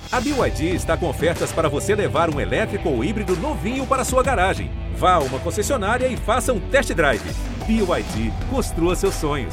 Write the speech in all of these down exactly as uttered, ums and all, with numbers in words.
A B Y D está com ofertas para você levar um elétrico ou híbrido novinho para sua garagem. Vá a uma concessionária e faça um test drive. B Y D, construa seus sonhos.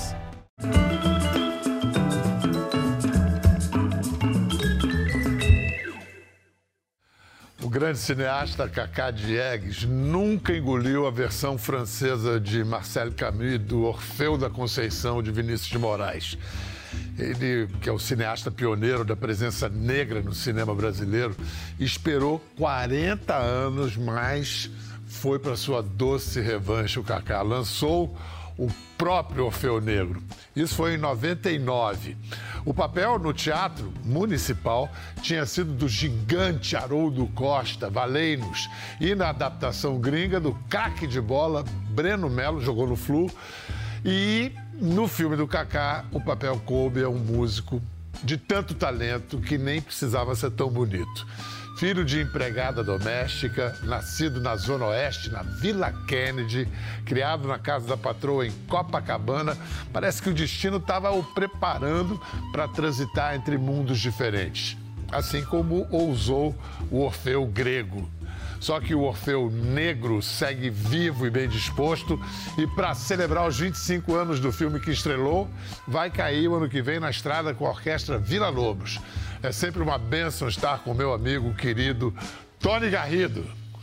O grande cineasta Cacá Diegues nunca engoliu a versão francesa de Marcel Camus do Orfeu da Conceição de Vinícius de Moraes. Ele, que é o cineasta pioneiro da presença negra no cinema brasileiro, esperou quarenta anos, mas foi para sua doce revanche o Cacá. Lançou o próprio Orfeu Negro. Isso foi em noventa e nove. O papel no Teatro Municipal tinha sido do gigante Haroldo Costa, Valei-nos, e na adaptação gringa do craque de bola Breno Melo, jogou no Flu. E no filme do Cacá, o papel coube a um músico de tanto talento que nem precisava ser tão bonito. Filho de empregada doméstica, nascido na Zona Oeste, na Vila Kennedy, criado na casa da patroa em Copacabana, parece que o destino estava o preparando para transitar entre mundos diferentes. Assim como ousou o Orfeu grego. Só que o Orfeu Negro segue vivo e bem disposto e, para celebrar os vinte e cinco anos do filme que estrelou, vai cair o ano que vem na estrada com a Orquestra Vila Lobos. É sempre uma bênção estar com meu amigo querido Tony Garrido.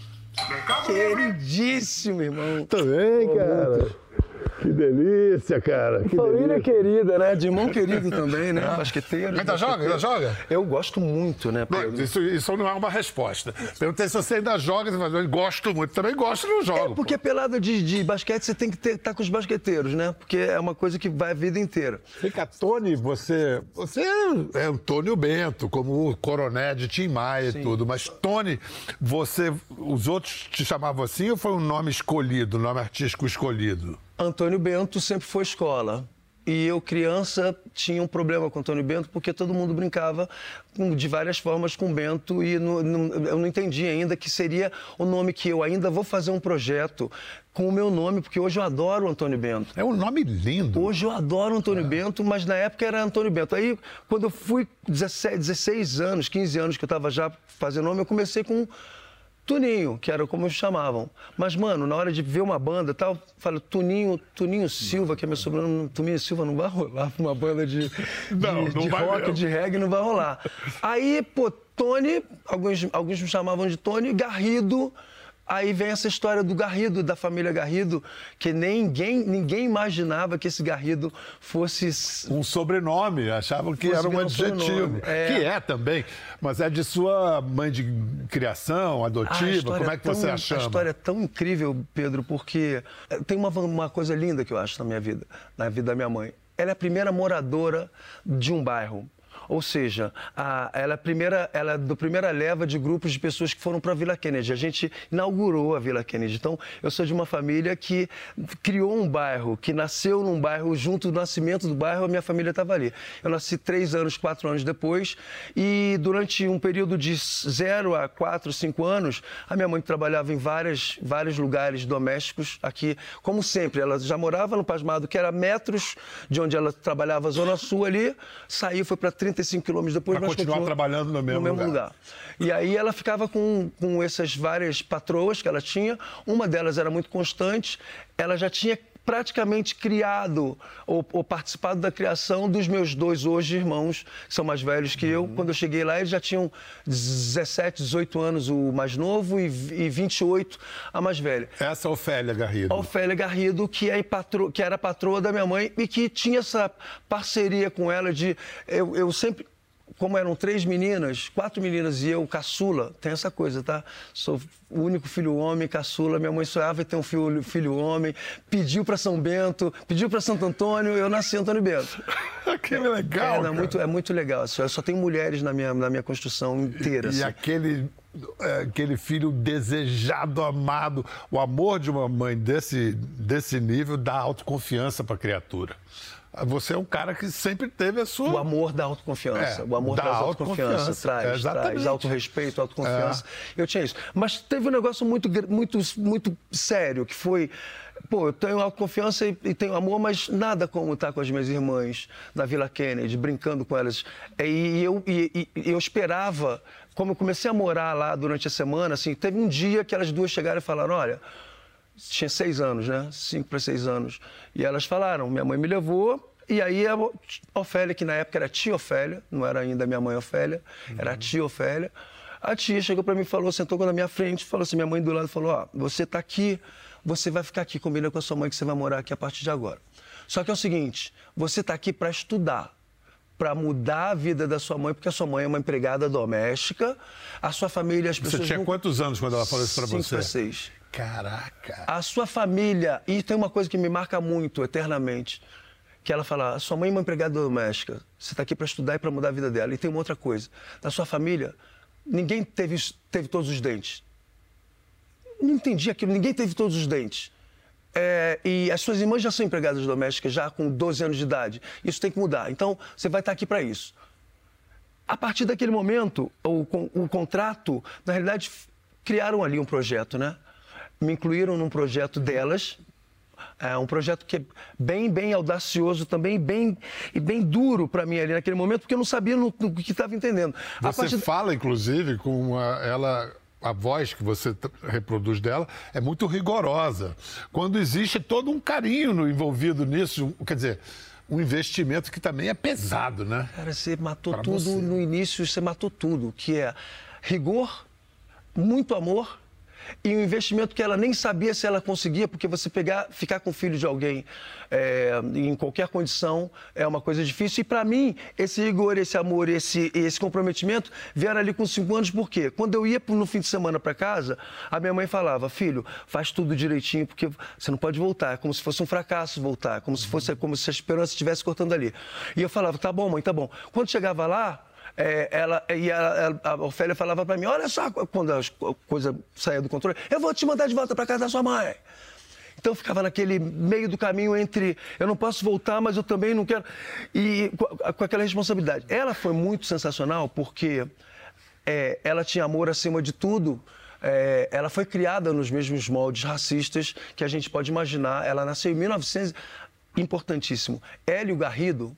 Queridíssimo, irmão. Também, cara. Que delícia, cara. Que Família delícia. querida, né? De irmão querido também, né? É. Basqueteiro. Ainda joga? Ainda joga? Eu gosto muito, né, Não, Pedro? isso, isso não é uma resposta. Perguntei se você ainda joga, você falou, eu gosto muito. Também gosto, não jogo. É porque pelada de, de basquete você tem que estar com os basqueteiros, né? Porque é uma coisa que vai a vida inteira. Fica, Tony, você, você é Antônio Bento, como o coroné de Tim Maia e tudo, mas Tony, você, os outros te chamavam assim ou foi um nome escolhido, um nome artístico escolhido? Antônio Bento sempre foi escola. E eu, criança, tinha um problema com Antônio Bento porque todo mundo brincava com, de várias formas com Bento e no, no, eu não entendi ainda que seria o nome que eu ainda vou fazer um projeto com o meu nome, porque hoje eu adoro o Antônio Bento. É um nome lindo. Hoje eu adoro o Antônio é. Bento, mas na época era Antônio Bento. Aí, quando eu fui dezesseis, dezesseis anos, quinze anos que eu estava já fazendo nome, eu comecei com Tuninho, que era como me chamavam. Mas, mano, na hora de ver uma banda e tal, falo, Tuninho, Tuninho Silva, que é meu sobrenome, Tuninho Silva, não vai rolar pra uma banda de, não, de, não de vai rock, mesmo. de reggae, não vai rolar. Aí, pô, Tony, alguns, alguns me chamavam de Tony, Garrido. Aí vem essa história do Garrido, da família Garrido, que ninguém, ninguém imaginava que esse Garrido fosse... Um sobrenome, achavam que fosse era um um adjetivo. É. Que é também, mas é de sua mãe de criação, adotiva, como é que tão, você a chama? A história é tão incrível, Pedro, porque tem uma, uma coisa linda que eu acho na minha vida, na vida da minha mãe. Ela é a primeira moradora de um bairro. Ou seja, a, ela, é a primeira, ela é do primeira leva de grupos de pessoas que foram para a Vila Kennedy. A gente inaugurou a Vila Kennedy. Então, eu sou de uma família que criou um bairro, que nasceu num bairro, junto do nascimento do bairro, a minha família estava ali. Eu nasci três anos, quatro anos depois, e durante um período de zero a quatro, cinco anos, a minha mãe trabalhava em várias, vários lugares domésticos aqui. Como sempre, ela já morava no Pasmado, que era metros de onde ela trabalhava, Zona Sul ali, saiu, foi para trinta e cinco quilômetros depois, pra mas continuar continuou trabalhando no mesmo, no mesmo lugar. lugar. E aí ela ficava com, com essas várias patroas que ela tinha, uma delas era muito constante, ela já tinha praticamente criado ou, ou participado da criação dos meus dois hoje irmãos, que são mais velhos que eu. Uhum. Quando eu cheguei lá, eles já tinham dezessete, dezoito anos o mais novo e, e vinte e oito a mais velha. Essa é a Ofélia Garrido. A Ofélia Garrido, que, é patro, que era patroa da minha mãe e que tinha essa parceria com ela de... Eu, eu sempre... Como eram três meninas, quatro meninas e eu, caçula, tem essa coisa, tá? Sou o único filho homem, caçula, minha mãe sonhava em ter um filho, filho homem, pediu para São Bento, pediu para Santo Antônio, eu nasci Antônio Bento. Que legal, é, cara. É muito, é muito legal, eu só tenho mulheres na minha, na minha construção inteira. E, assim. e aquele, aquele filho desejado, amado, o amor de uma mãe desse, desse nível dá autoconfiança para a criatura. você é um cara que sempre teve a sua... O amor da autoconfiança. É, o amor da da autoconfiança. autoconfiança. Traz, Exatamente. traz autorrespeito, autoconfiança. É. Eu tinha isso. Mas teve um negócio muito, muito, muito sério, que foi... Pô, eu tenho autoconfiança e, e tenho amor, mas nada como estar com as minhas irmãs na Vila Kennedy, brincando com elas. E eu, e, e eu esperava, como eu comecei a morar lá durante a semana, assim, teve um dia que elas duas chegaram e falaram, olha, tinha seis anos, né? Cinco para seis anos. E elas falaram, minha mãe me levou, e aí a Ofélia, que na época era tia Ofélia, não era ainda minha mãe Ofélia, uhum. era a tia Ofélia. A tia chegou para mim e falou, sentou na minha frente, falou assim, minha mãe do lado falou, ó, você tá aqui, você vai ficar aqui, combina com a sua mãe que você vai morar aqui a partir de agora. Só que é o seguinte, você está aqui para estudar, para mudar a vida da sua mãe, porque a sua mãe é uma empregada doméstica, a sua família, as pessoas... Você tinha não... quantos anos quando ela falou isso para você? Cinco para seis. Caraca! A sua família, e tem uma coisa que me marca muito, eternamente, que ela fala, a sua mãe é uma empregada doméstica, você está aqui para estudar e para mudar a vida dela. E tem uma outra coisa, na sua família, ninguém teve, teve todos os dentes. Não entendi aquilo, ninguém teve todos os dentes. É, e as suas irmãs já são empregadas domésticas, já com doze anos de idade. Isso tem que mudar. Então, você vai estar aqui para isso. A partir daquele momento, o, o contrato, na realidade, criaram ali um projeto, né? Me incluíram num projeto delas, é um projeto que é bem, bem audacioso também, bem, e bem duro para mim ali naquele momento, porque eu não sabia no, no que estava entendendo. Você partir... fala, inclusive, com a, ela... A voz que você reproduz dela é muito rigorosa. Quando existe todo um carinho no, envolvido nisso, quer dizer, um investimento que também é pesado, né? Cara, você matou pra tudo você. No início, você matou tudo, que é rigor, muito amor e um investimento que ela nem sabia se ela conseguia, porque você pegar, ficar com o filho de alguém é, em qualquer condição é uma coisa difícil. E para mim, esse rigor, esse amor, esse, esse comprometimento vieram ali com cinco anos, por quê? Quando eu ia no fim de semana para casa, a minha mãe falava, filho, faz tudo direitinho, porque você não pode voltar. É como se fosse um fracasso voltar, como se fosse como se a esperança estivesse cortando ali. E eu falava, tá bom, mãe, tá bom. Quando chegava lá, É, ela, e a, a Ofélia falava para mim, olha só, quando a coisa saía do controle, eu vou te mandar de volta para casa da sua mãe. Então eu ficava naquele meio do caminho entre, eu não posso voltar, mas eu também não quero, e com, com aquela responsabilidade. Ela foi muito sensacional porque é, ela tinha amor acima de tudo. É, ela foi criada nos mesmos moldes racistas que a gente pode imaginar. Ela nasceu em mil e novecentos, importantíssimo. Hélio Garrido,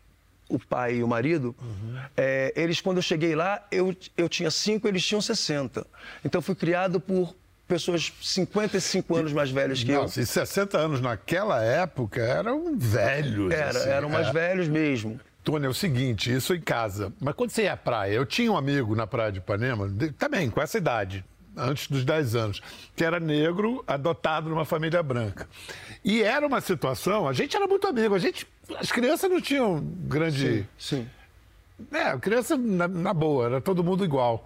o pai e o marido, uhum. é, eles, quando eu cheguei lá, eu, eu tinha cinco, eles tinham sessenta. Então, eu fui criado por pessoas cinquenta e cinco anos mais velhas que Nossa, eu. E sessenta anos naquela época eram velhos. Era, assim, eram mais é. velhos mesmo. Tony, é o seguinte, isso em casa. Mas quando você ia à praia, eu tinha um amigo na praia de Ipanema, de, também com essa idade, antes dos dez anos, que era negro, adotado numa família branca. E era uma situação, a gente era muito amigo, a gente, as crianças não tinham grande... Sim, sim. É, a criança, na, na boa, era todo mundo igual.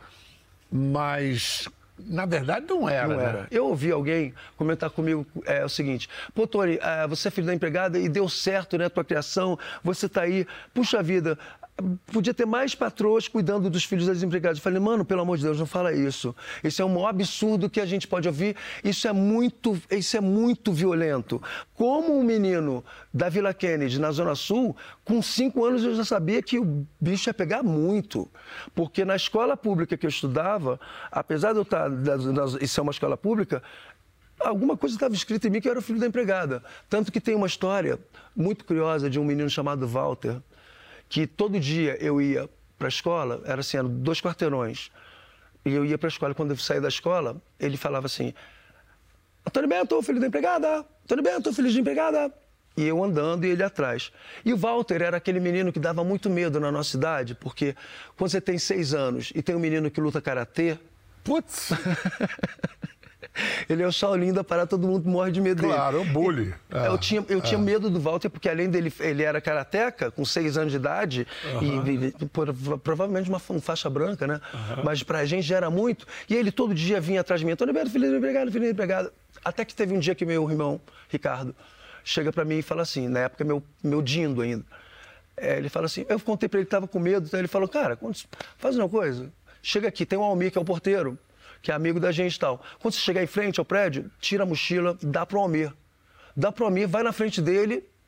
Mas, na verdade, não era, Não né? era. Eu ouvi alguém comentar comigo é, o seguinte, pô, Tony, é, você é filho da empregada e deu certo, né, a tua criação, você tá aí, puxa vida, podia ter mais patroas cuidando dos filhos das empregadas. Eu falei, mano, pelo amor de Deus, não fala isso. Isso é um maior absurdo que a gente pode ouvir. Isso é muito, isso é muito violento. Como um menino da Vila Kennedy, na Zona Sul, com cinco anos eu já sabia que o bicho ia pegar muito. Porque na escola pública que eu estudava, apesar de eu estar, isso é uma escola pública, alguma coisa estava escrita em mim que eu era o filho da empregada. Tanto que tem uma história muito curiosa de um menino chamado Walter, que todo dia eu ia para a escola, era assim, eram dois quarteirões, e eu ia para a escola, quando eu saía da escola, ele falava assim, Antônio Bento, filho da empregada, Antônio Bento, filho de empregada, e eu andando e ele atrás. E o Walter era aquele menino que dava muito medo na nossa cidade, porque quando você tem seis anos e tem um menino que luta karatê, putz... Ele é o Shaolin da parada, todo mundo morre de medo claro, dele. Claro, é um bully. É, eu tinha, eu é. tinha medo do Walter, porque além dele, ele era karateca, com seis anos de idade, uhum. e, e por, provavelmente uma faixa branca, né? Uhum. Mas pra gente já era muito. E ele todo dia vinha atrás de mim, Antônio Beto, filho de empregado, filho de empregado. Até que teve um dia que meu irmão, Ricardo, chega pra mim e fala assim, na época meu, meu dindo ainda, é, ele fala assim, eu contei pra ele que tava com medo, então ele falou, cara, faz uma coisa, chega aqui, tem um Almir que é o porteiro, que é amigo da gente e tal. Quando você chegar em frente ao prédio, tira a mochila, dá pro Almir. Dá pro Almir, vai na frente dele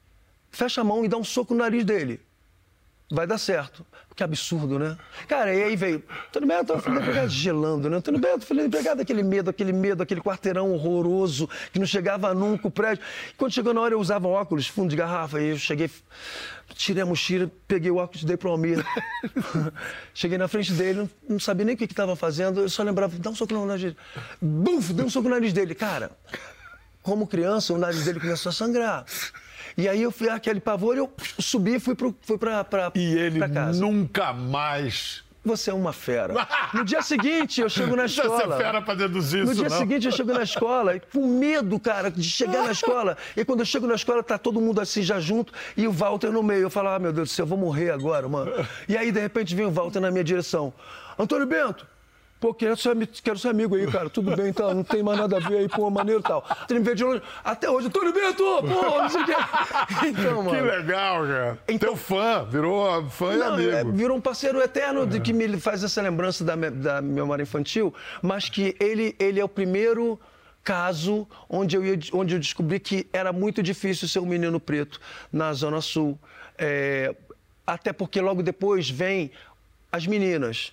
fecha a mão e dá um soco no nariz dele. Vai dar certo. Que absurdo, né? Cara, e aí veio, Antônio Bento, filho da empregada, gelando, né? Antônio Bento, filho da empregada, aquele medo, aquele medo, aquele quarteirão horroroso, que não chegava nunca o prédio. E quando chegou na hora, eu usava óculos, fundo de garrafa, e eu cheguei, tirei a mochila, peguei o óculos e dei pro Almir. Cheguei na frente dele, não, não sabia nem o que que estava fazendo, eu só lembrava, dá um soco no nariz dele. Buf, dei um soco no nariz dele. Cara, como criança, o nariz dele começou a sangrar. E aí eu fui aquele pavor, eu subi e fui, pro, fui pra, pra, e ele pra casa. Nunca mais... Você é uma fera. No dia seguinte, eu chego na escola. Você é fera pra deduzir isso, No dia não? seguinte, eu chego na escola, com medo, cara, de chegar na escola. E quando eu chego na escola, tá todo mundo assim já junto e o Walter no meio. Eu falo, ah, meu Deus do céu, eu vou morrer agora, mano. E aí, de repente, vem o Walter na minha direção. Antônio Bento! Pô, quero ser, quero ser amigo aí, cara. Tudo bem, então, não tem mais nada a ver aí, pô, maneiro e tal. Ele me vê de longe, até hoje, Antônio Bento, pô, não sei o quê. Então, mano. Que legal, cara. Então, teu fã, virou fã e não, amigo. É, virou um parceiro eterno de que me faz essa lembrança da, da memória infantil, mas que ele, ele é o primeiro caso onde eu, ia, onde eu descobri que era muito difícil ser um menino preto na Zona Sul. É, até porque logo depois vem as meninas.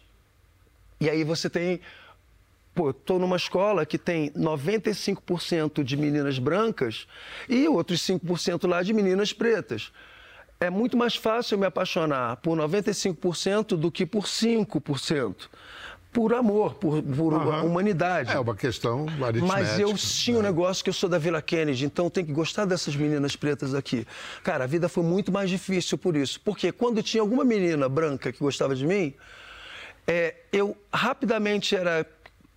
E aí você tem... Pô, eu tô numa escola que tem noventa e cinco por cento de meninas brancas e outros cinco por cento lá de meninas pretas. É muito mais fácil eu me apaixonar por noventa e cinco por cento do que por cinco por cento. Por amor, por, por uhum. humanidade. É uma questão aritmética. Mas eu tinha um negócio que eu sou da Vila Kennedy, então tem que gostar dessas meninas pretas aqui. Cara, a vida foi muito mais difícil por isso. Porque quando tinha alguma menina branca que gostava de mim... É, eu rapidamente era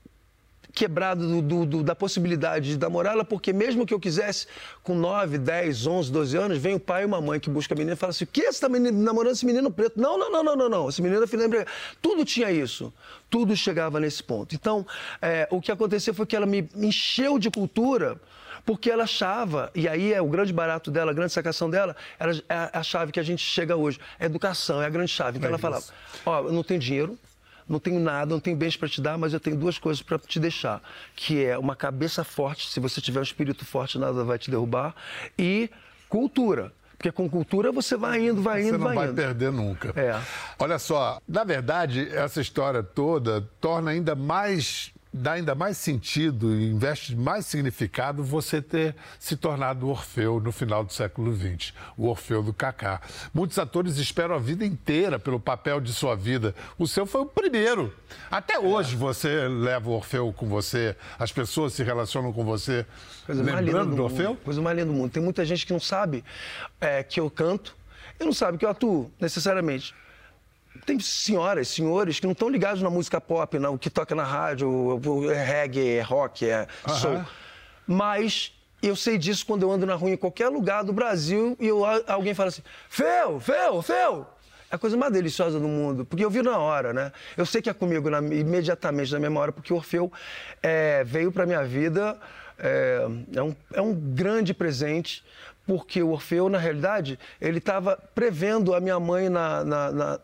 quebrado do, do, do, da possibilidade de namorá-la, porque mesmo que eu quisesse, com nove, dez, onze, doze anos, vem o pai e uma mãe que busca a menina e fala assim, o que você está namorando esse menino preto? Não, não, não, não, não, não, esse menino é filho da empregada. Tudo tinha isso, tudo chegava nesse ponto. Então, é, o que aconteceu foi que ela me encheu de cultura, porque ela achava, e aí é o grande barato dela, a grande sacação dela, ela, é a chave que a gente chega hoje. A educação é a grande chave. Então é ela falava, ó, eu não tenho dinheiro, não tenho nada, não tenho bens para te dar, mas eu tenho duas coisas para te deixar, que é uma cabeça forte, se você tiver um espírito forte, nada vai te derrubar, e cultura. Porque com cultura você vai indo, vai indo, vai indo. Você não vai perder nunca. É. Olha só, na verdade, essa história toda torna ainda mais... dá ainda mais sentido e investe mais significado você ter se tornado o Orfeu no final do século vinte, o Orfeu do Kaká. Muitos atores esperam a vida inteira pelo papel de sua vida. O seu foi o primeiro. Até hoje é. você leva o Orfeu com você, as pessoas se relacionam com você coisa lembrando do, do Orfeu? Mundo. Coisa mais linda do mundo. Tem muita gente que não sabe é, que eu canto e não sabe que eu atuo, necessariamente. Tem senhoras, senhores que não estão ligados na música pop, não, que toca na rádio, é reggae, é rock, é soul. Uhum. Mas eu sei disso quando eu ando na rua em qualquer lugar do Brasil e eu, alguém fala assim, Feu, Feu, Feu. É a coisa mais deliciosa do mundo, porque eu vi na hora, né? Eu sei que é comigo na, imediatamente na mesma hora, porque o Orfeu é, veio para minha vida, é, é, um, é um grande presente, porque o Orfeu, na realidade, ele estava prevendo a minha mãe na... na, na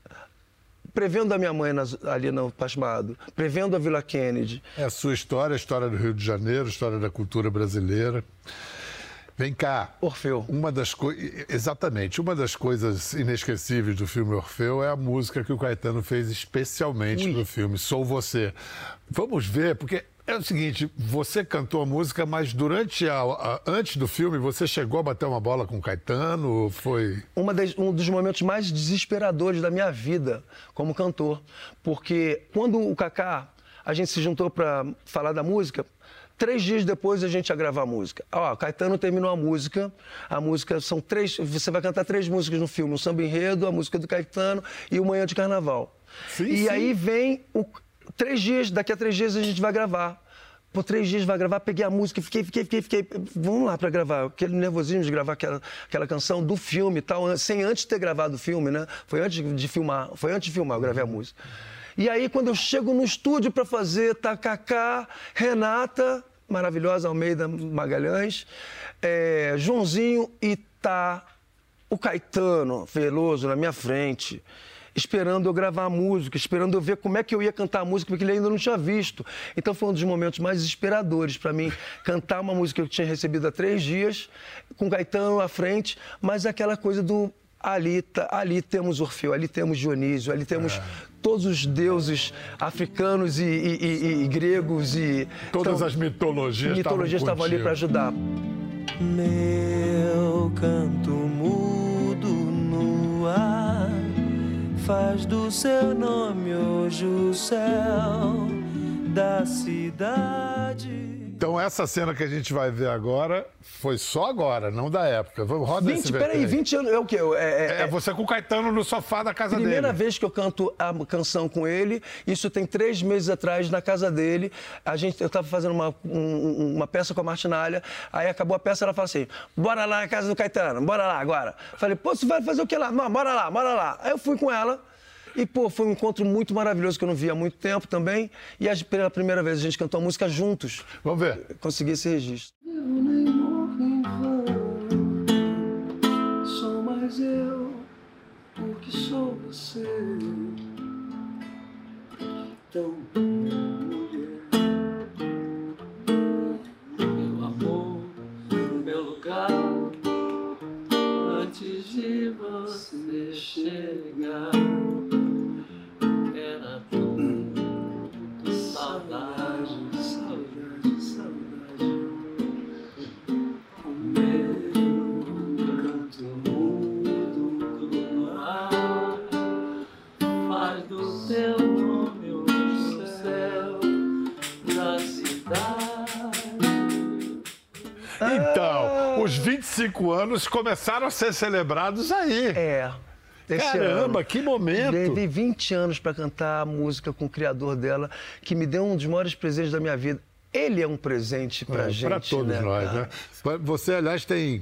prevendo a minha mãe nas, ali no Pasmado, prevendo a Vila Kennedy. É a sua história, a história do Rio de Janeiro, a história da cultura brasileira. Vem cá. Orfeu. Uma das coisas, exatamente, uma das coisas inesquecíveis do filme Orfeu é a música que o Caetano fez especialmente para o filme, Sou Você. Vamos ver, porque é o seguinte, você cantou a música, mas durante a, a, antes do filme, você chegou a bater uma bola com o Caetano? Foi... Uma das, um dos momentos mais desesperadores da minha vida como cantor. Porque quando o Kaká, a gente se juntou para falar da música, três dias depois a gente ia gravar a música. Ó, o Caetano terminou a música, a música são três, você vai cantar três músicas no filme, o Samba Enredo, a música do Caetano e o Manhã de Carnaval. Sim, e sim. aí vem o... Três dias, daqui a três dias a gente vai gravar. Por três dias vai gravar, peguei a música, fiquei, fiquei, fiquei, fiquei. Vamos lá para gravar. Aquele nervosismo de gravar aquela, aquela canção do filme e tal, sem antes ter gravado o filme, né? Foi antes de filmar, foi antes de filmar, eu gravei a música. E aí, quando eu chego no estúdio para fazer, tá Kaká, Renata, maravilhosa, Almeida Magalhães, é, Joãozinho e tá o Caetano Veloso na minha frente. esperando eu gravar a música, esperando eu ver como é que eu ia cantar a música, porque ele ainda não tinha visto. Então foi um dos momentos mais desesperadores para mim, cantar uma música que eu tinha recebido há três dias, com Caetano à frente, mas aquela coisa do... Ali, tá, ali temos Orfeu, ali temos Dionísio, ali temos é. todos os deuses africanos e, e, e, e gregos e... Todas então, as mitologias mitologias estavam ali para ajudar. Meu canto mudo no ar faz do seu nome hoje o céu da cidade. Então, essa cena que a gente vai ver agora foi só agora, não da época. Roda vinte, esse peraí, vinte anos. É o quê? É, é, é você com o Caetano no sofá da casa primeira dele. Primeira vez que eu canto a canção com ele, isso tem três meses atrás, na casa dele. A gente, eu estava fazendo uma, um, uma peça com a Martinalha, aí acabou a peça, ela falou assim, bora lá na casa do Caetano, bora lá agora. Falei, pô, você vai fazer o que lá? Não, bora lá, bora lá. Aí eu fui com ela. E, pô, foi um encontro muito maravilhoso que eu não via há muito tempo também. E pela primeira vez a gente cantou a música juntos. Vamos ver. Consegui esse registro. Eu nem morro em vão, sou mais eu, porque sou você. Então, mulher, meu amor, meu lugar, antes de você chegar. Saudade, saudade, saudade. O meu canto mudo no ar faz do teu nome o céu da cidade. Então, os vinte e cinco anos começaram a ser celebrados aí. É. Esse Caramba, ano, que momento! Levei vinte anos para cantar a música com o criador dela, que me deu um dos maiores presentes da minha vida. Ele é um presente pra é, gente, Para todos né, nós, cara? né? Você, aliás, tem,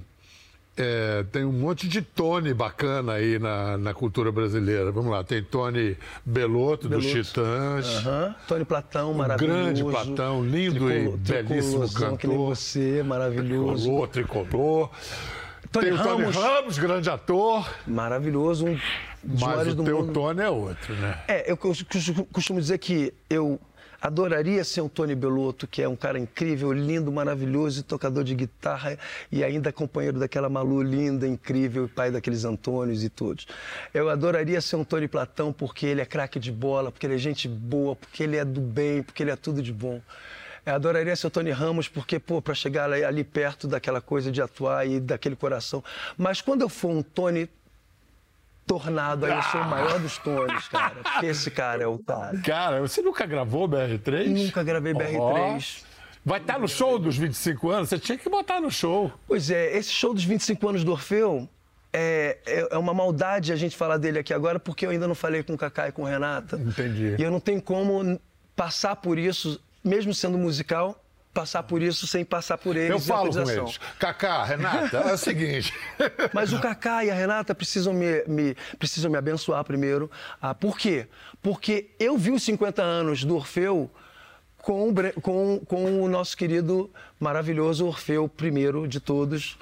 é, tem um monte de Tony bacana aí na, na cultura brasileira. Vamos lá, tem Tony Bellotto, dos Titãs. Uhum. Tony Platão, maravilhoso. Grande Platão, lindo Tricolo, e belíssimo cantor. Que nem você, maravilhoso. Tricolor, tricolor. Tony tem o Tony Ramos, Ramos, grande ator. Maravilhoso, um dos Mas o do teu mundo. Tony é outro, né? É, eu costumo dizer que eu adoraria ser um Tony Bellotto, que é um cara incrível, lindo, maravilhoso, tocador de guitarra e ainda companheiro daquela Malu linda, incrível, pai daqueles Antônios e todos. Eu adoraria ser um Tony Platão porque ele é craque de bola, porque ele é gente boa, porque ele é do bem, porque ele é tudo de bom. Eu adoraria ser o Tony Ramos, porque, pô, para chegar ali, ali perto daquela coisa de atuar e daquele coração. Mas quando eu for um Tony Tornado, aí eu sou o maior dos Tonys, cara. Porque esse cara é o cara. Cara, você nunca gravou B R três? Nunca gravei B R três. Oh. Vai estar no show dos vinte e cinco anos? Você tinha que botar no show. Pois é, esse show dos vinte e cinco anos do Orfeu é, é, é uma maldade a gente falar dele aqui agora, porque eu ainda não falei com o Cacá e com a Renata. Entendi. E eu não tenho como passar por isso, mesmo sendo musical, passar por isso sem passar por eles. Eu falo com eles. Cacá, Renata, é o seguinte. Mas o Cacá e a Renata precisam me, me, precisam me abençoar primeiro. Ah, por quê? Porque eu vi os cinquenta anos do Orfeu com, com, com o nosso querido, maravilhoso Orfeu, primeiro de todos.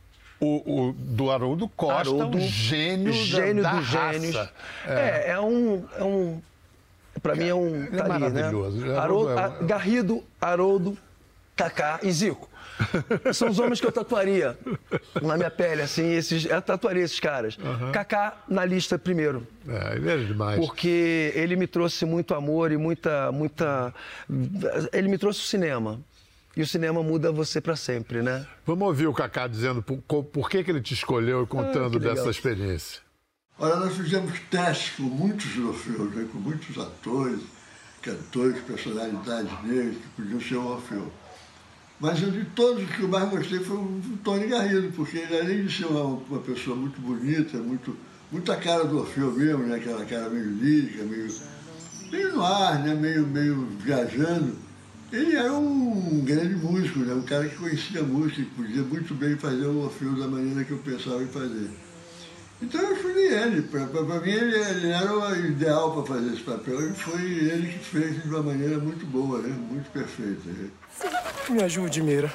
O, o do Haroldo Costa, Haroldo, um gênio, gênio da, da dos gênios. raça. É, é, é um... É um Para mim é um... Ele tá é ali, maravilhoso. Né? Haroldo, é um... Garrido, Haroldo, Cacá e Zico. São os homens que eu tatuaria na minha pele, assim, esses, eu tatuaria esses caras. Uhum. Cacá na lista primeiro. É, ele é demais. Porque ele me trouxe muito amor e muita, muita... Ele me trouxe o cinema. E o cinema muda você para sempre, né? Vamos ouvir o Cacá dizendo por, por que, que ele te escolheu e contando ah, dessa experiência. Olha, nós fizemos testes com muitos Orfeus, né? Com muitos atores, cantores, personalidades negras que podiam ser o Orfeu. Mas eu, de todos, o que eu mais gostei foi o Tony Garrido, porque ele, além de ser uma, uma pessoa muito bonita, muito, muito a cara do Orfeu mesmo, né? Aquela cara meio lírica, meio, meio no ar, né? meio, meio viajando, ele era um grande músico, né? Um cara que conhecia a música e podia muito bem fazer o Orfeu da maneira que eu pensava em fazer. Então eu escolhi ele. Para mim ele, ele era o ideal para fazer esse papel e foi ele que fez de uma maneira muito boa, né? Muito perfeita. Né? Me ajude, Mira.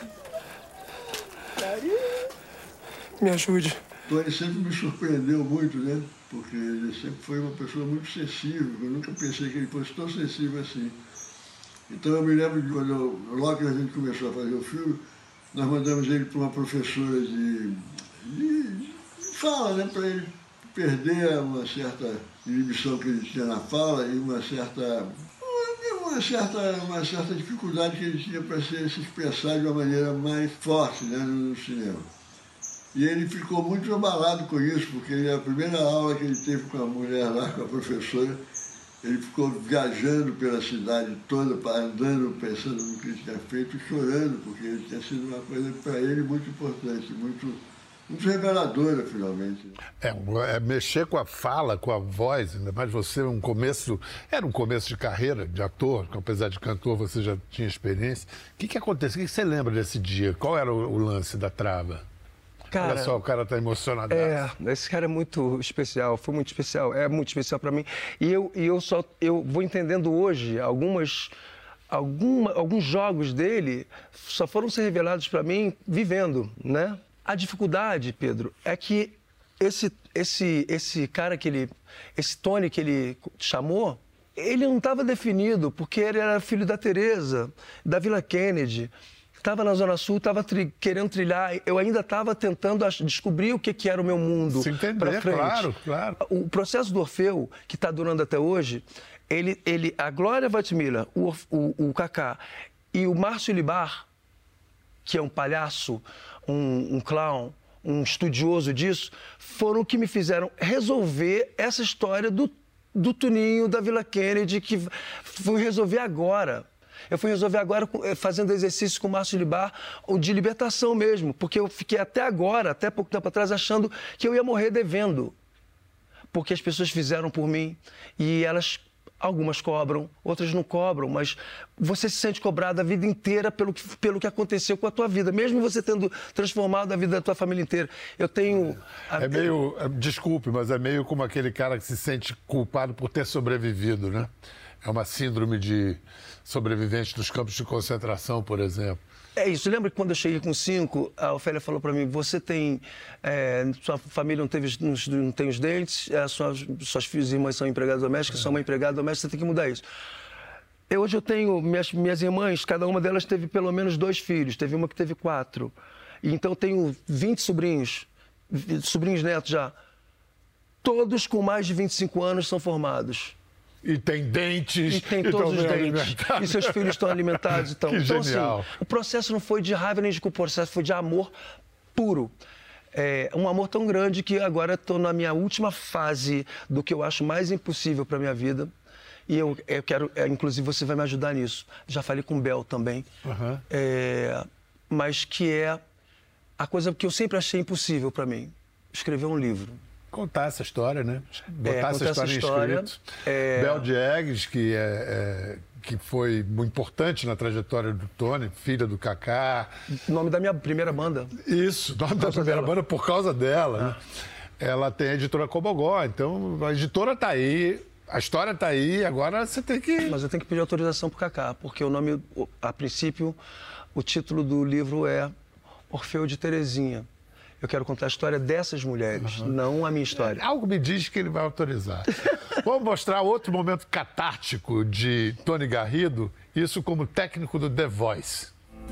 Me ajude. Tony sempre me surpreendeu muito, né? porque ele sempre foi uma pessoa muito sensível, eu nunca pensei que ele fosse tão sensível assim. Então eu me lembro de quando, eu, logo que a gente começou a fazer o filme, nós mandamos ele para uma professora de, de, de fala, né, para ele perder uma certa inibição que ele tinha na fala e uma certa, uma certa, uma certa dificuldade que ele tinha para se, se expressar de uma maneira mais forte, né, no cinema. E ele ficou muito abalado com isso, porque a primeira aula que ele teve com a mulher lá, com a professora, ele ficou viajando pela cidade toda, andando, pensando no que ele tinha feito, chorando, porque ele tinha sido uma coisa para ele muito importante, muito, muito reveladora, finalmente. É, é mexer com a fala, com a voz, ainda mais você, um começo, era um começo de carreira de ator, apesar de cantor você já tinha experiência. O que, que aconteceu? O que você lembra desse dia? Qual era o, o lance da trava? Cara, olha só, o cara tá emocionado. É, esse cara é muito especial, foi muito especial, é muito especial para mim. E eu, e eu só eu vou entendendo hoje algumas, alguma, alguns jogos dele só foram ser revelados para mim vivendo, né? A dificuldade, Pedro, é que esse, esse, esse cara que ele, esse Tony que ele chamou, ele não estava definido, porque ele era filho da Teresa, da Vila Kennedy. Estava na Zona Sul, estava tri querendo trilhar, eu ainda estava tentando descobrir o que, que era o meu mundo. Se entender, claro, claro. O processo do Orfeu, que está durando até hoje, ele, ele, a Glória Waldmiller, o, o, o Kaká e o Márcio Libar, que é um palhaço, um, um clown, um estudioso disso, foram o que me fizeram resolver essa história do, do Toninho, da Vila Kennedy, que fui resolver agora. Eu fui resolver agora fazendo exercício com o Márcio Libar, o de libertação mesmo, porque eu fiquei até agora, até pouco tempo atrás, achando que eu ia morrer devendo. Porque as pessoas fizeram por mim e elas, algumas cobram, outras não cobram, mas você se sente cobrado a vida inteira pelo que, pelo que aconteceu com a tua vida, mesmo você tendo transformado a vida da tua família inteira. Eu tenho... É meio, desculpe, mas é meio como aquele cara que se sente culpado por ter sobrevivido, né? É uma síndrome de sobrevivente dos campos de concentração, por exemplo. É isso. Lembra que quando eu cheguei com cinco, a Ofélia falou para mim, você tem... É, sua família não, teve, não, não tem os dentes, é, suas, suas filhas e irmãs são empregadas domésticas, é. sua mãe empregada doméstica, você tem que mudar isso. Eu, hoje eu tenho... Minhas, minhas irmãs, cada uma delas teve pelo menos dois filhos, teve uma que teve quatro. E, então eu tenho vinte sobrinhos, sobrinhos netos já. Todos com mais de vinte e cinco anos são formados. E tem dentes. E tem todos os dentes. E seus filhos estão alimentados. Então, que então genial. Assim, o processo não foi de raiva nem de culpa, o processo foi de amor puro. É, um amor tão grande que agora estou na minha última fase do que eu acho mais impossível para a minha vida. E eu, eu quero, é, inclusive, você vai me ajudar nisso. Já falei com o Bel também. Uhum. É, mas que é a coisa que eu sempre achei impossível para mim. Escrever um livro. Contar essa história, né? Botar é, essa história em escrito. É... Bel Diegues, que, é, é, que foi muito importante na trajetória do Tony, filha do Kaká. O nome da minha primeira banda. Isso, o nome da primeira dela. banda por causa dela. É. Né? Ela tem a editora Cobogó, então a editora está aí, a história está aí, agora você tem que... Mas eu tenho que pedir autorização para o Kaká, porque o nome, a princípio, o título do livro é Orfeu de Terezinha. Eu quero contar a história dessas mulheres, uhum. não a minha história. É, algo me diz que ele vai autorizar. Vamos mostrar outro momento catártico de Tony Garrido, isso como técnico do The Voice.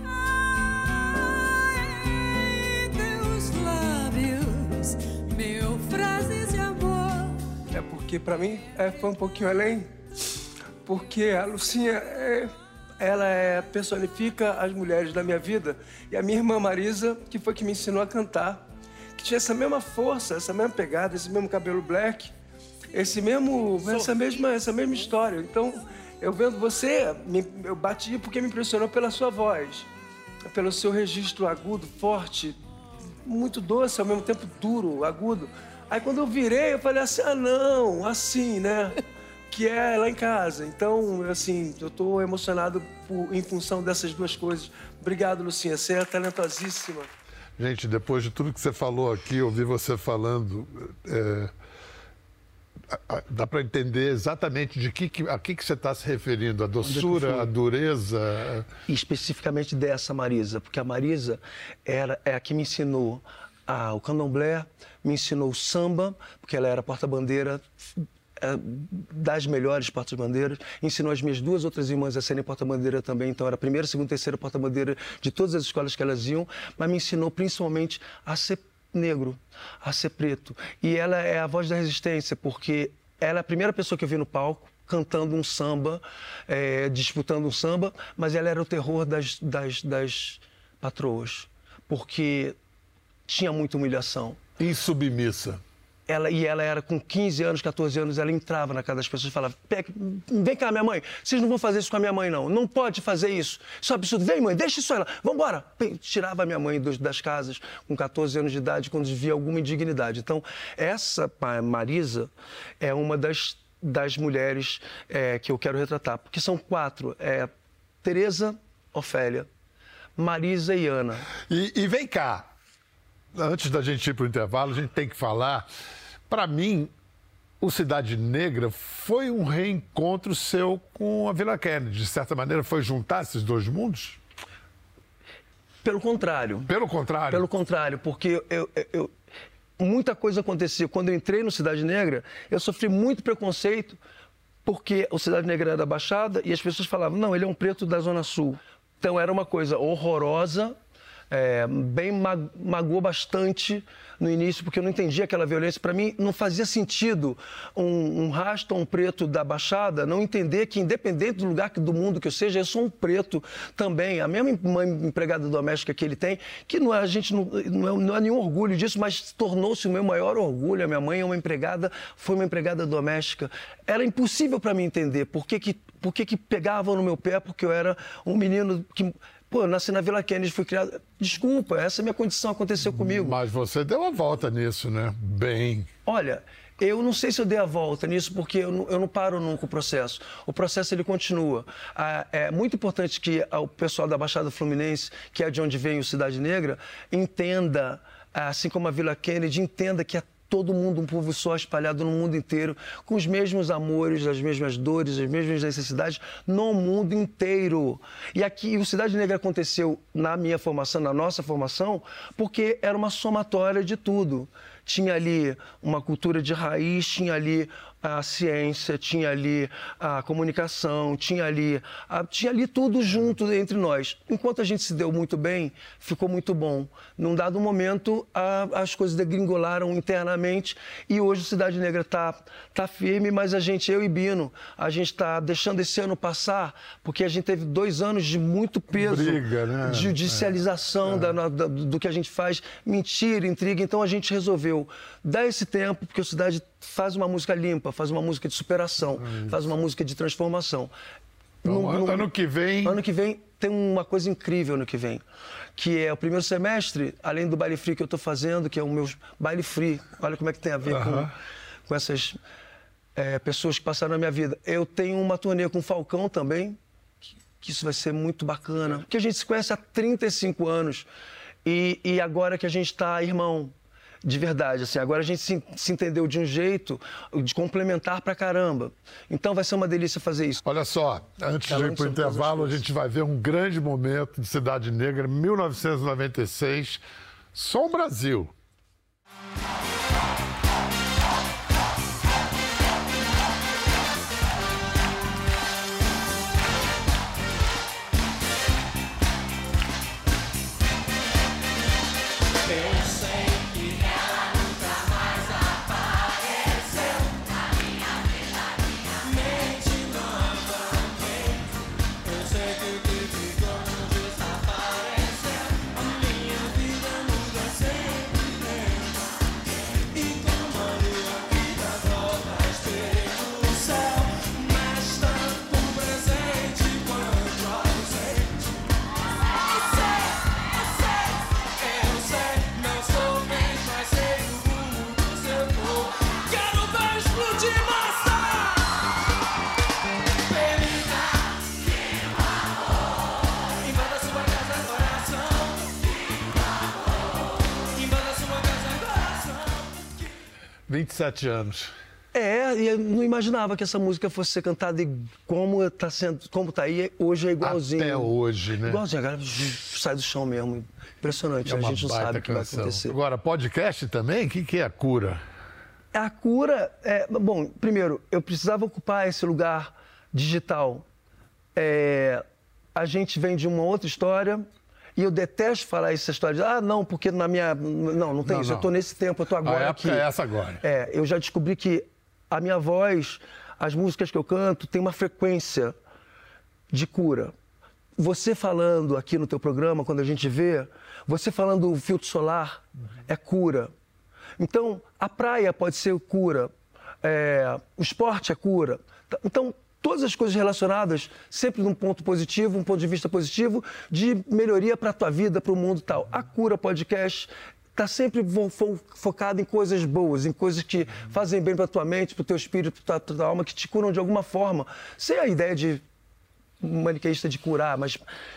Ai, teus lábios, mil frases de amor. É porque, para mim, é, foi um pouquinho além, porque a Lucinha, é, ela é, personifica as mulheres da minha vida, e a minha irmã Marisa, que foi que me ensinou a cantar, que tinha essa mesma força, essa mesma pegada, esse mesmo cabelo black, esse mesmo, essa mesma, essa mesma história. Então, eu vendo você, me, eu bati porque me impressionou pela sua voz, pelo seu registro agudo, forte, muito doce, ao mesmo tempo duro, agudo. Aí quando eu virei, eu falei assim, ah não, assim, né? Que é lá em casa. Então, assim, eu tô emocionado por, em função dessas duas coisas. Obrigado, Lucinha, você é talentosíssima. Gente, depois de tudo que você falou aqui, ouvir você falando, é, dá para entender exatamente de que, a que, que você está se referindo, a doçura, a dureza... E especificamente dessa Marisa, porque a Marisa era, é a que me ensinou ah, o candomblé, me ensinou o samba, porque ela era porta-bandeira é, das melhores porta-bandeiras. Ensinou as minhas duas outras irmãs a serem porta-bandeira também, então era a primeira, segunda e terceira porta-bandeira de todas as escolas que elas iam, mas me ensinou principalmente a ser negro, a ser preto. E ela é a voz da resistência, porque ela é a primeira pessoa que eu vi no palco cantando um samba, é, disputando um samba, mas ela era o terror das, das, das patroas, porque tinha muita humilhação. Insubmissa. Ela, e ela era com quinze anos, catorze anos, ela entrava na casa das pessoas e falava: vem cá, minha mãe, vocês não vão fazer isso com a minha mãe, não. Não pode fazer isso. Isso é absurdo. Vem, mãe, deixa isso ela. Vambora. Tirava a minha mãe das casas com catorze anos de idade quando via alguma indignidade. Então, essa Marisa é uma das, das mulheres é, que eu quero retratar. Porque são quatro. É Tereza, Ofélia, Marisa e Ana. E, e vem cá. Antes da gente ir para o intervalo, a gente tem que falar. Para mim, o Cidade Negra foi um reencontro seu com a Vila Kennedy. De certa maneira, foi juntar esses dois mundos? Pelo contrário. Pelo contrário? Pelo contrário, porque eu, eu, eu, muita coisa acontecia. Quando eu entrei no Cidade Negra, eu sofri muito preconceito, porque o Cidade Negra era da Baixada e as pessoas falavam: não, ele é um preto da Zona Sul. Então, era uma coisa horrorosa. É, bem magoou bastante no início, porque eu não entendia aquela violência. Para mim, não fazia sentido um, um rasta, um preto da Baixada, não entender que, independente do lugar do mundo que eu seja, eu sou um preto também. A mesma empregada doméstica que ele tem, que não é, a gente não, não, é, não é nenhum orgulho disso, mas tornou-se o meu maior orgulho. A minha mãe é uma empregada, foi uma empregada doméstica. Era impossível para mim entender por que, que, por que, que pegavam no meu pé, porque eu era um menino que... Pô, eu nasci na Vila Kennedy, fui criado... Desculpa, essa é a minha condição, aconteceu comigo. Mas você deu a volta nisso, né? Bem... Olha, eu não sei se eu dei a volta nisso, porque eu não, eu não paro nunca o processo. O processo, ele continua. Ah, é muito importante que o pessoal da Baixada Fluminense, que é de onde vem o Cidade Negra, entenda, assim como a Vila Kennedy, entenda que é todo mundo, um povo só, espalhado no mundo inteiro, com os mesmos amores, as mesmas dores, as mesmas necessidades, no mundo inteiro. E aqui, o Cidade Negra aconteceu na minha formação, na nossa formação, porque era uma somatória de tudo. Tinha ali uma cultura de raiz, tinha ali a ciência, tinha ali a comunicação, tinha ali, a, tinha ali tudo junto entre nós. Enquanto a gente se deu muito bem, ficou muito bom. Num dado momento, a, as coisas degringolaram internamente e hoje a Cidade Negra está tá firme, mas a gente, eu e Bino, a gente está deixando esse ano passar, porque a gente teve dois anos de muito peso, briga, né? de judicialização é. da, da, do que a gente faz, mentira, intriga. Então a gente resolveu dar esse tempo, porque a Cidade faz uma música limpa, faz uma música de superação, é faz uma música de transformação. Então, no, no, ano que vem... Ano que vem tem uma coisa incrível ano que vem, que é o primeiro semestre, além do baile free que eu estou fazendo, que é o meu baile free. Olha como é que tem a ver uh-huh. com, com essas é, pessoas que passaram na minha vida. Eu tenho uma turnê com o Falcão também, que, que isso vai ser muito bacana, porque a gente se conhece há trinta e cinco anos e, e agora que a gente está irmão, de verdade, assim, agora a gente se, se entendeu de um jeito de complementar pra caramba. Então vai ser uma delícia fazer isso. Olha só, antes de ir pro intervalo, a gente vai ver um grande momento de Cidade Negra, mil novecentos e noventa e seis, Som Brasil. vinte e sete anos. É, e eu não imaginava que essa música fosse ser cantada e como tá sendo, como tá aí, hoje é igualzinho. Até hoje, né? Igualzinho, a galera sai do chão mesmo. Impressionante, É a uma gente não baita sabe o que vai canção. acontecer. Agora, podcast também? O que, que é a cura? A cura, é, bom, primeiro, eu precisava ocupar esse lugar digital. É, a gente vem de uma outra história e eu detesto falar essa história de, ah, não, porque na minha... Não, não tem Não, isso, não. eu tô nesse tempo, eu tô agora A aqui. época é essa agora. É, eu já descobri que a minha voz, as músicas que eu canto, tem uma frequência de cura. Você falando aqui no teu programa, quando a gente vê, você falando do filtro solar, é cura. Então, a praia pode ser cura, é, o esporte é cura. Então, todas as coisas relacionadas, sempre num ponto positivo, um ponto de vista positivo, de melhoria para a tua vida, para o mundo e tal. A Cura Podcast está sempre fo fo focado em coisas boas, em coisas que fazem bem para a tua mente, para o teu espírito, para a tua alma, que te curam de alguma forma. Sem a ideia de maniqueísta de curar, mas...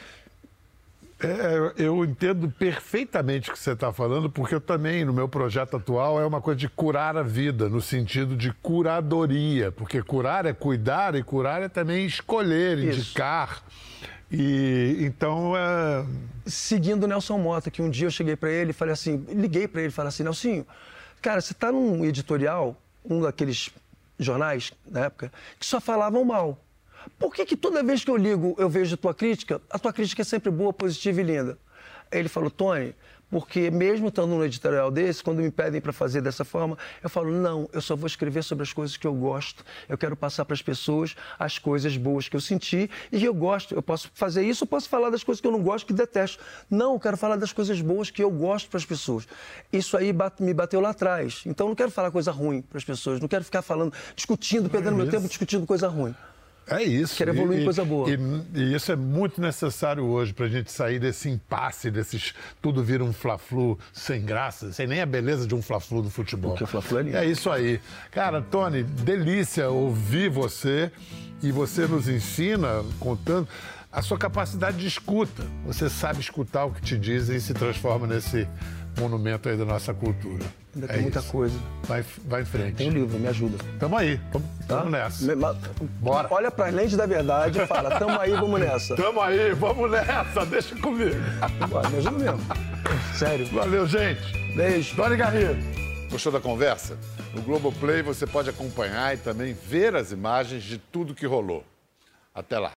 É, eu entendo perfeitamente o que você está falando, porque eu também, no meu projeto atual, é uma coisa de curar a vida, no sentido de curadoria, porque curar é cuidar e curar é também escolher, Isso. indicar. E então é... Seguindo o Nelson Mota, que um dia eu cheguei para ele e falei assim, liguei para ele e falei assim, Nelsinho, cara, você está num editorial, um daqueles jornais na época, que só falavam mal. Por que que toda vez que eu ligo, eu vejo a tua crítica, a tua crítica é sempre boa, positiva e linda? Aí ele falou, Tony, porque mesmo estando num editorial desse, quando me pedem para fazer dessa forma, eu falo, não, eu só vou escrever sobre as coisas que eu gosto, eu quero passar para as pessoas as coisas boas que eu senti e que eu gosto. Eu posso fazer isso, eu posso falar das coisas que eu não gosto, que detesto. Não, eu quero falar das coisas boas que eu gosto para as pessoas. Isso aí bate, me bateu lá atrás. Então eu não quero falar coisa ruim para as pessoas, não quero ficar falando, discutindo, perdendo meu tempo discutindo coisa ruim. É isso. Quero evoluir e, em coisa boa. E, e isso é muito necessário hoje para a gente sair desse impasse, desses tudo vira um fla-flu sem graça, sem nem a beleza de um fla-flu do futebol. Porque o fla-flu é lindo. É isso aí. Cara, Tony, delícia ouvir você e você nos ensina, contando, a sua capacidade de escuta. Você sabe escutar o que te dizem e se transforma nesse monumento aí da nossa cultura. Ainda é tem muita isso. coisa. Vai, vai em frente. Tem um livro, me ajuda. Tamo aí. Vamos, Tá? vamos nessa. Me- ma- Bora. Olha para as lentes da verdade e fala, tamo aí, vamos nessa. Tamo aí, vamos nessa. Deixa comigo. Bora, me ajuda mesmo. Sério. Valeu, gente. Beijo. Tony Garrido. Gostou da conversa? No Globoplay você pode acompanhar e também ver as imagens de tudo que rolou. Até lá.